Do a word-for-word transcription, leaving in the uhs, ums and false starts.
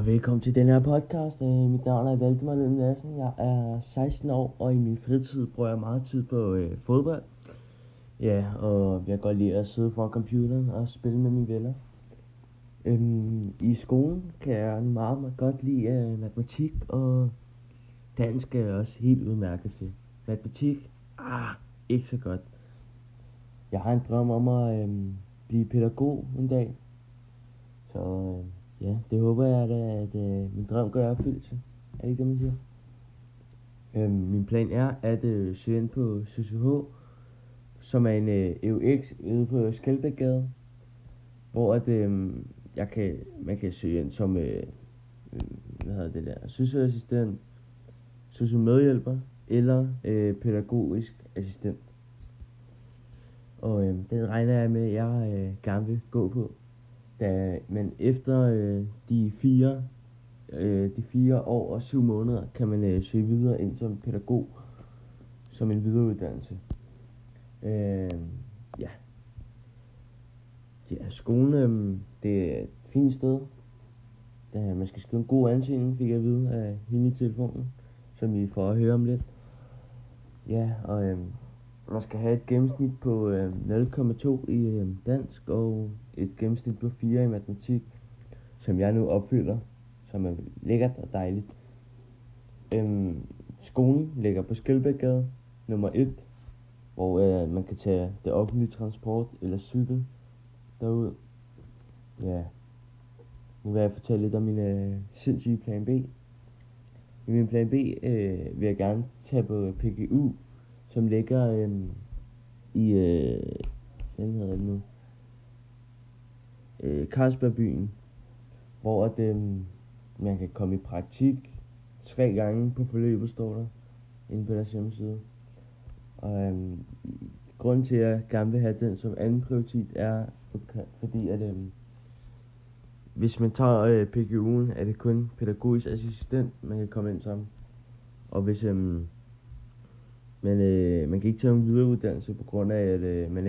Og velkommen til den her podcast. Øh, mit navn er Valdemar Løn Madsen. Jeg er seksten år, og i min fritid bruger jeg meget tid på øh, fodbold. Ja, og jeg kan godt lide at sidde foran computeren og spille med mine venner. Øhm, I skolen kan jeg meget, meget godt lide øh, matematik, og dansk er jeg også helt udmærket til. Matematik? Ah, ikke så godt. Jeg har en drøm om at øh, blive pædagog en dag. Så øh, ja, det håber jeg da, at øh, min drøm gør opfyldelse. Er det ikke det, man siger? Øhm, min plan er at øh, søge ind på C C H, som er en øh, E U X ude på Skelbækgade, hvor at, øh, jeg kan, man kan søge ind som øh, øh, hvad hedder det der, sosu-assistent, sosu-medhjælper eller øh, pædagogisk assistent. Og øh, den regner jeg med, at jeg øh, gerne vil gå på. Da, men efter øh, de fire øh, de fire år og syv måneder kan man øh, søge videre ind som pædagog, som en videreuddannelse. Øh, ja. Ja, skolen øh, det er et fint sted. Da man skal skrive en god ansøgning, fik jeg at vide af hende i telefonen, som I får at høre om lidt. Ja, og øh, man skal have et gennemsnit på øh, nul komma to i øh, dansk og et gennemsnit på fire i matematik, som jeg nu opfylder, som er lækkert og dejligt. Øhm, skolen ligger på Skelbækgade nummer et, hvor øh, man kan tage det offentlige transport eller cykel derud. Ja, nu vil jeg fortælle lidt om min øh, sindssyge plan B. I min plan B øh, vil jeg gerne tage på P G U, som ligger øh, i, øh, hvad hedder det nu, øh, Carlsbergbyen, hvor at, øh, man kan komme i praktik tre gange på forløbet, står der inde på deres hjemmeside. Og øh, grunden til at jeg gerne vil have den som anden prioritet er, fordi at øh, hvis man tager øh, P G U'en, er det kun pædagogisk assistent, man kan komme ind som. Og hvis øh, man, øh, man kan ikke tage en videreuddannelse på grund af, at øh, man